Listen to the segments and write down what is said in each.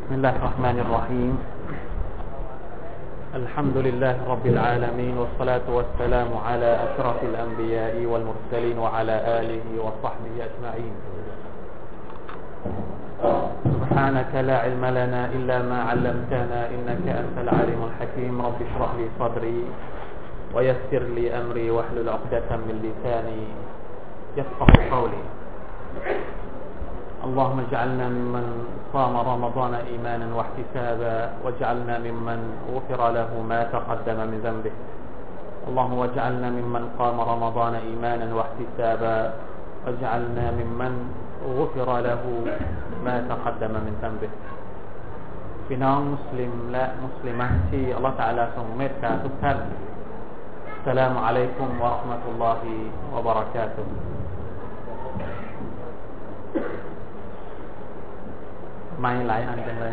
بسم الله الرحمن الرحيم الحمد لله رب العالمين والصلاة والسلام على أشرف الأنبياء والمرسلين وعلى آله وصحبه أجمعين سبحانك لا علم لنا إلا ما علمتنا إنك أنت العليم الحكيم رب اشرح لي صدري ويسر لي أمري واحلل عقدة من لساني يفقه قولي اللهم اجعلنا ممن صام رمضان إيمانا واحتسابا واجعلنا ممن غفر له ما تقدم من ذنبه اللهم واجعلنا ممن قام رمضان إيمانا واحتسابا واجعلنا ممن غفر له ما تقدم من ذنبه พี่น้องมุสลิมและมุสลิมะที่อัลเลาะห์ตะอาลาทรงเมตตาทุกท่านอัสสลามุอะลัยกุมวะเราะห์มะตุลลอฮิวะบะเราะกาตุฮ์ไม่หลายอันจังเลย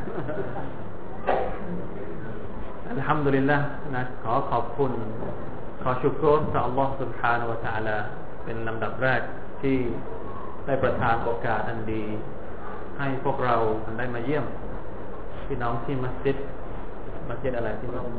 อัลฮัมดุลิลละห์นะขอบคุณขอชุกรต่อ Allah سبحانه และ تعالى เป็นลำดับแรกที่ได้ประทานโอกาสอันดีให้พวกเราได้มาเยี่ยมพี่น้องที่มัสยิดอะไรที่เรา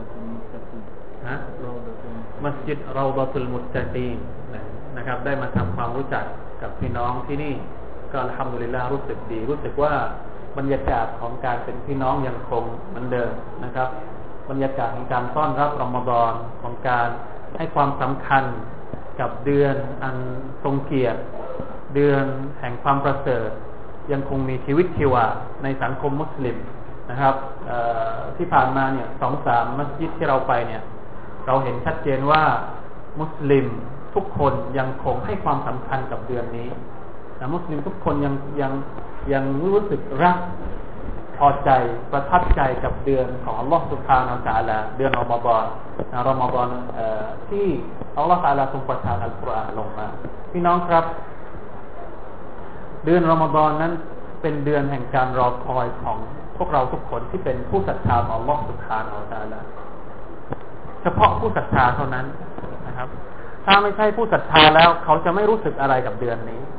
มัสยิดเราฎอตุลมุตตะกีนนะครับได้มาทำความรู้จักกับพี่น้องที่นี่ก็อัลฮัมดุลิลละห์รู้สึกดีรู้สึกว่าบรรยากาศของการเป็นพี่น้องยังคงเหมือนเดิมนะครับบรรยากาศของการต้อนรับรอมฎอนของการให้ความสำคัญกับเดือนอันทรงเกียรติเดือนแห่งความประเสริฐยังคงมีชีวิตชีวาในสังคมมุสลิมนะครับที่ผ่านมาเนี่ย 2-3 มัสยิดที่เราไปเนี่ยเราเห็นชัดเจนว่ามุสลิมทุกคนยังคงให้ความสำคัญกับเดือนนี้นะมุสลิมทุกคนยังรู้สึกรักพอใจประทับใจกับเดือนของอัลลอฮฺซุบฮานะฮูวะตะอาลาเดือนรอมฎอนที่อัลลอฮฺตะอาลาทรงประทานอัลกุรอานลงมาพี่น้องครับเดือนรอมฎอนนั้นเป็นเดือนแห่งการรอคอยของพวกเราทุกคนที่เป็นผู้ศรัทธาต่ออัลลอฮฺซุบฮานะฮูวะตะอาลาเฉพาะผู้ศรัทธาเท่านั้นนะครับถ้าไม่ใช่ผู้ศรัทธาแล้วเขาจะไม่รู้สึกอะไรกับเดือนนี้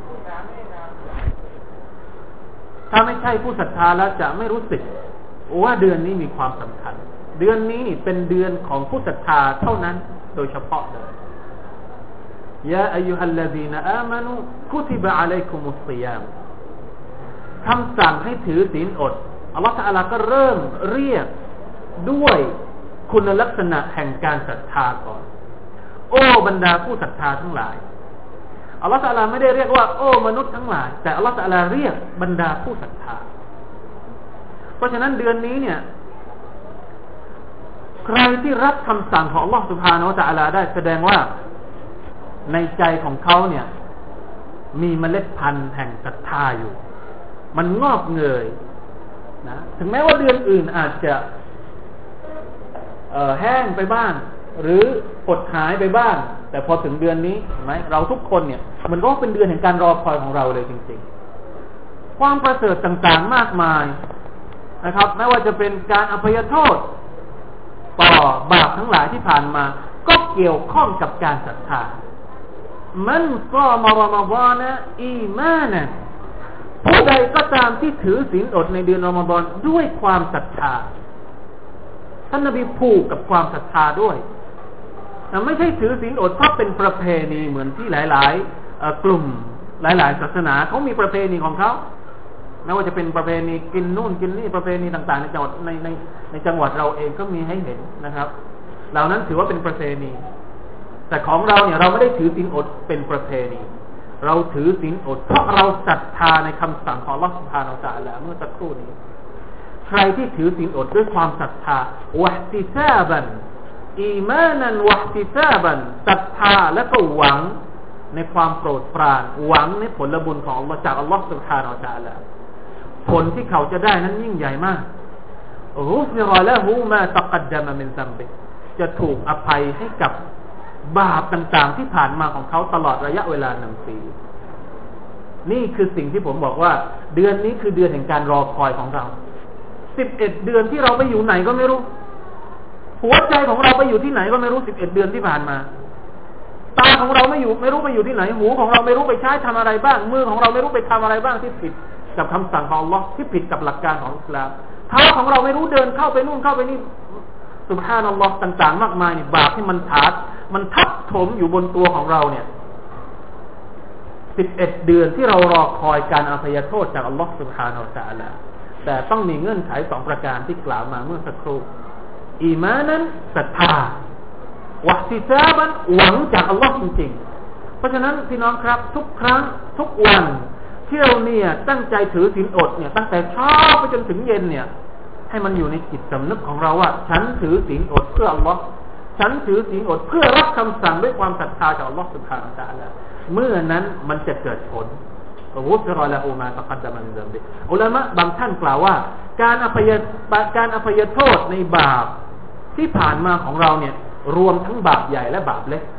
ถ้าไม่ใช่ผู้ศรัทธาแล้วจะไม่รู้สึกว่าเดือนนี้มีความสำคัญเดือนนี้เป็นเดือนของผู้ศรัทธาเท่านั้นโดยเฉพาะเลยยาอัยยูฮัลลซีนอามานูกุติบะอะลัยกุมุศศิยามคำสั่งให้ถือศีลอดอัลเลาะห์ตะอาลาก็เริ่มเรียกด้วยคุณลักษณะแห่งการศรัทธาก่อนโอ้บรรดาผู้ศรัทธาทั้งหลายอัลลอฮฺตะอาลาไม่ได้เรียกว่าโอ้มนุษย์ทั้งหลายแต่อัลลอฮฺตะอาลาเรียกบรรดาผู้ศรัทธาเพราะฉะนั้นเดือนนี้เนี่ยใครที่รับคำสั่งของอัลลอฮฺซุบฮานะฮูวะตะอาลาได้แสดงว่าในใจของเขาเนี่ยมีเมล็ดพันธุ์แห่งศรัทธาอยู่มันงอกเงยนะถึงแม้ว่าเดือนอื่นอาจจะแห้งไปบ้างหรือหดหายไปบ้างแต่พอถึงเดือนนี้เห็นไหมเราทุกคนเนี่ยมันก็เป็นเดือนแห่งการรอคอยของเราเลยจริงๆความประเสริฐต่างๆมากมายนะครับไม่ว่าจะเป็นการอภัยโทษต่อบาปทั้งหลายที่ผ่านมาก็เกี่ยวข้องกับการศรัทธามันซามรอมฎอนอีมานะผู้ใดก็ตามที่ถือศีลอดในเดือนรอมฎอนด้วยความศรัทธาท่านนบีผูกกับความศรัทธาด้วยไม่ใช่ถือศีลอดเพราะเป็นประเพณีเหมือนที่หลายๆกลุ่มหลายๆศาสนาเขามีประเพณีของเขาไม่ว่าจะเป็นประเพณีกินนู่นกินนี่ประเพณีต่างๆในจังหวัดในจังหวัดเราเองก็มีให้เห็นนะครับเหล่านั้นถือว่าเป็นประเพณีแต่ของเราเนี่ยเราไม่ได้ถือศีลอดเป็นประเพณีเราถือศีลอดเพราะเราศรัทธาในคำสั่งของอัลเลาะห์ซุบฮานะฮูวะตะอาลาเมื่อสักครู่นี้ใครที่ถือศีลอดด้วยความศรัทธาวะห์ติซาบันอีมานันวะห์ติซาบันศรัทธาและก็หวังในความโปรดปรานหวังในผลบุญของอัลเลาะห์จากอัลเลาะห์ซุบฮานะฮูวะตะอาลาผลที่เขาจะได้นั้นยิ่งใหญ่มากกุฟิรละฮูมาตะกัดดะมะมินซัมบิจะถูกอภัยให้กับบาปต่างๆที่ผ่านมาของเขาตลอดระยะเวลา1 ปีนี่คือสิ่งที่ผมบอกว่าเดือนนี้คือเดือนแห่งการรอคอยของเรา11เดือนที่เราไปอยู่ไหนก็ไม่รู้หัวใจของเราไปอยู่ที่ไหนก็ไม่รู้11เดือนที่ผ่านมาตาของเราไม่รู้ไปอยู่ที่ไหนหูของเราไม่รู้ไปใช้ทำอะไรบ้างมือของเราไม่รู้ไปทำอะไรบ้างที่ผิดกับคำสั่งของอัลลอฮ์ที่ผิดกับหลักการของอิสลามเท้าของเราไม่รู้เดินเข้าไปนู่นเข้าไปนี่ซุบฮานัลลอฮ์ต่างๆมากมายนี่บาปที่มันทับถมอยู่บนตัวของเราเนี่ย11 เดือนที่เรารอคอยการอภัยโทษจากอัลลอฮ์ซุบฮานะฮูวะตะอาลาแต่ต้องมีเงื่อนไข2ประการที่กล่าวมาเมื่อสักครู่อีมานันศรัทธาวะติซาบันหวังจากอัลลอฮ์จริงๆเพราะฉะนั้นพี่น้องครับทุกครั้งทุกวันที่เราเนี่ยตั้งใจถือศีลอดเนี่ยตั้งแต่เช้าไปจนถึงเย็นเนี่ยให้มันอยู่ในจิตสำนึกของเราว่าฉันถือศีลอดเพื่ออัลลอฮ์ฉันถือศีลอดเพื่อรับคำสั่งด้วยความศรัทธาจากอัลลอฮ์ซุบฮานะฮูวะตะอาลาเมื่อนั้นมันจะเกิดผลกุฟรละฮูมาตะกัดดะมันซัมบิอุลามะบางท่านกล่าวว่าการอภัยโทษในบาปที่ผ่านมาของเราเนี่ยรวมทั้งบาปใหญ่และบาปเล็ก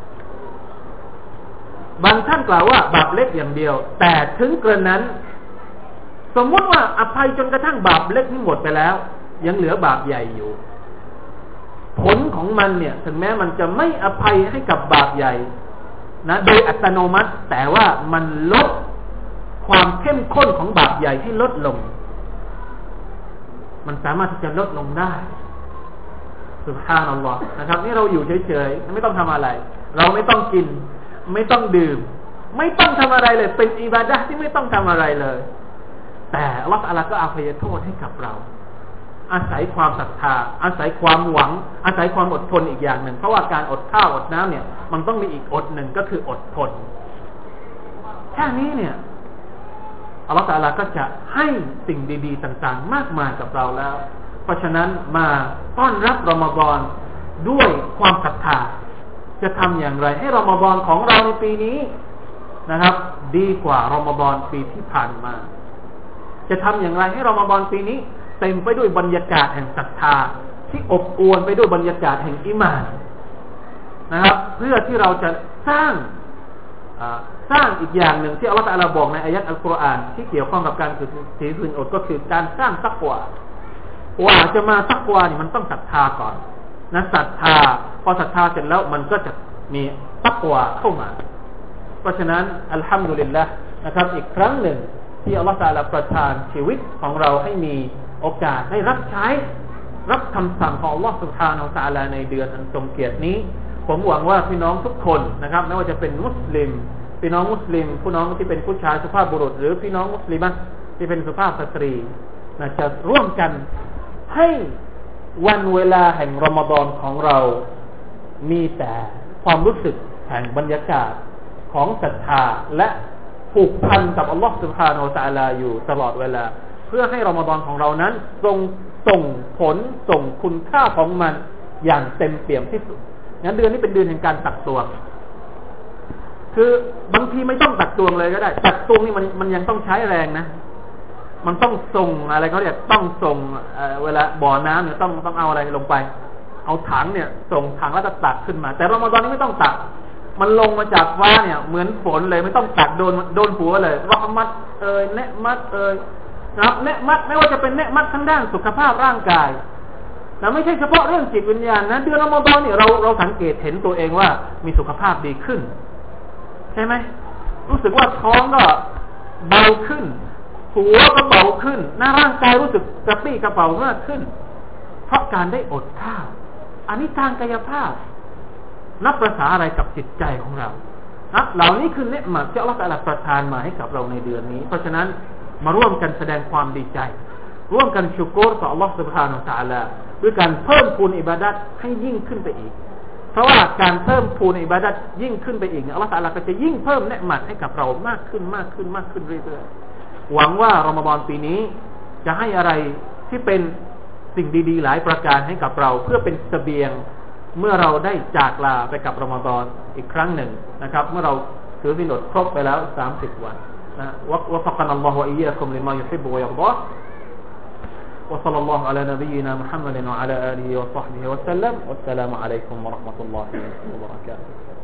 บางท่านกล่าวว่าบาปเล็กอย่างเดียวแต่ถึงกระนั้นสมมติว่าอภัยจนกระทั่งบาปเล็กนี่หมดไปแล้วยังเหลือบาปใหญ่อยู่ผลของมันเนี่ยถึงแม้มันจะไม่อภัยให้กับบาปใหญ่นะโดยอัตโนมัติแต่ว่ามันลดความเข้มข้นของบาปใหญ่ให้ลดลงมันสามารถที่จะลดลงได้ซุบฮานัลลอฮ์นะครับนี่เราอยู่เฉยๆไม่ต้องทำอะไรเราไม่ต้องกินไม่ต้องดื่มไม่ต้องทำอะไรเลยเป็นอิบาดะห์ที่ไม่ต้องทำอะไรเลยแต่อัลเลาะห์ตะอาลาก็อภัยโทษให้กับเราอาศัยความศรัทธาอาศัยความหวังอาศัยความอดทนอีกอย่างหนึ่งเพราะว่าการอดข้าวอดน้ำเนี่ยมันต้องมีอีกอดหนึ่งก็คืออดทนแค่นี้เนี่ยอัลเลาะห์ตะอาลาก็จะให้สิ่งดีๆต่างๆมากมายกับเราแล้วเพราะฉะนั้นมาต้อนรับรอมฎอนด้วยความศรัทธาจะทำอย่างไรให้รอมฎอนของเราในปีนี้นะครับดีกว่ารอมฎอนปีที่ผ่านมาจะทำอย่างไรให้รอมฎอนปีนี้เต็มไปด้วยบรรยากาศแห่งศรัทธาที่อบอวลไปด้วยบรรยากาศแห่งอีหม่านนะครับเพื่อที่เราจะสร้างอีกอย่างหนึ่งที่อัลเลาะห์ตะอาลาบอกในอายะห์อัลกุรอานที่เกี่ยวข้องกับการถือศีลอดก็คือการสร้างตักวาว่าจะมาตักวานี่มันต้องศรัทธาก่อนนะศรัทธาพอศรัทธาเสร็จแล้วมันก็จะมีตักวาเข้ามาเพราะฉะนั้นอัลฮัมดุลิลละห์นะครับอีกครั้งหนึ่งที่อัลเลาะห์ตะอาลาประทานชีวิตของเราให้มีโอกาสได้รับใช้รับคำสั่งของอัลเลาะห์ซุบฮานะฮูวะตะอาลาในเดือนอันทรงเกียรตินี้ผมหวังว่าพี่น้องทุกคนนะครับไม่ว่าจะเป็นมุสลิมพี่น้องมุสลิมผู้น้องที่เป็นผู้ชายสุภาพบุรุษหรือพี่น้องมุสลิมที่เป็นสุภาพสตรีจะร่วมกันให้วันเวลาแห่งรอมฎอนของเรามีแต่ความรู้สึกแห่งบรรยากาศของศรัทธาและผูกพันกับอัลลอฮฺซุบฮานะฮูวะตะอาลาอยู่ตลอดเวลาเพื่อให้รอมฎอนของเรานั้นส่งผลส่งคุณค่าของมันอย่างเต็มเปี่ยมที่สุดงั้นเดือนนี้เป็นเดือนแห่งการตักตวงคือบางทีไม่ต้องตักตวงเลยก็ได้ตักตวงนี่มันยังต้องใช้แรงนะมันต้องส่งอะไรเขาเรียกต้องส่งเวลาบ่อน้ำเนี่ยต้องเอาอะไรลงไปเอาถังเนี่ยส่งถังแล้วก็ตักขึ้นมาแต่รอมฎอนนี้ไม่ต้องตักมันลงมาจากฟ้าเนี่ยเหมือนฝนเลยไม่ต้องตักโดนหัวเลยรอมัดเนะมัดนะครับเนะมัดไม่ว่าจะเป็นเนะมัดทั้งด้านสุขภาพร่างกายแต่ไม่ใช่เฉพาะเรื่องจิตวิญญาณนะเดือนรอมฎอนเนี่ยเราสังเกตเห็นตัวเองว่ามีสุขภาพดีขึ้นใช่ไหมรู้สึกว่าท้องก็เบาขึ้นหัวก็เบาขึ้นหน้าร่างกายรู้สึกกระปรี้กระเป๋ามากขึ้นเพราะการได้อดข้าวอันนี้ทางกายภาพนับประสาอะไรกับจิตใจของเราเหล่านี้คือเนืหมัดที่อัลเลาะห์ตะอาลาประทานมาให้กับเราในเดือนนี้เพราะฉะนั้นมาร่วมกันแสดงความดีใจร่วมกันชุกรต่ออัลเลาะห์ซุบฮานะฮูวะตะอาลาด้วยการเพิ่มพูนอิบาดะห์ให้ยิ่งขึ้นไปอีกเพราะว่าการเพิ่มพูนอิบาดะห์ยิ่งขึ้นไปอีกเนี่ยอัลเลาะห์ตะอาลาก็จะยิ่งเพิ่มเนืหมัดให้กับเรามากขึ้นเรื่อยๆหวังว่ารอมฎอนปีนี้จะให้อะไรที่เป็นสิ่งดีๆหลายประการให้กับเราเพื่อเป็นเสบียงเมื่อเราได้จากลาไปกับรอมฎอนอีกครั้งหนึ่งนะครับเมื่อเราถือศีลอดครบไปแล้ว30วันนะวะฟักนะอัลลอฮุวะอียาคุมลิมายุฮิบบุวะยัรฎอوصلى الله على نبينا محمد وعلى آله وصحبه وسلم والسلام عليكم ورحمة الله وبركاته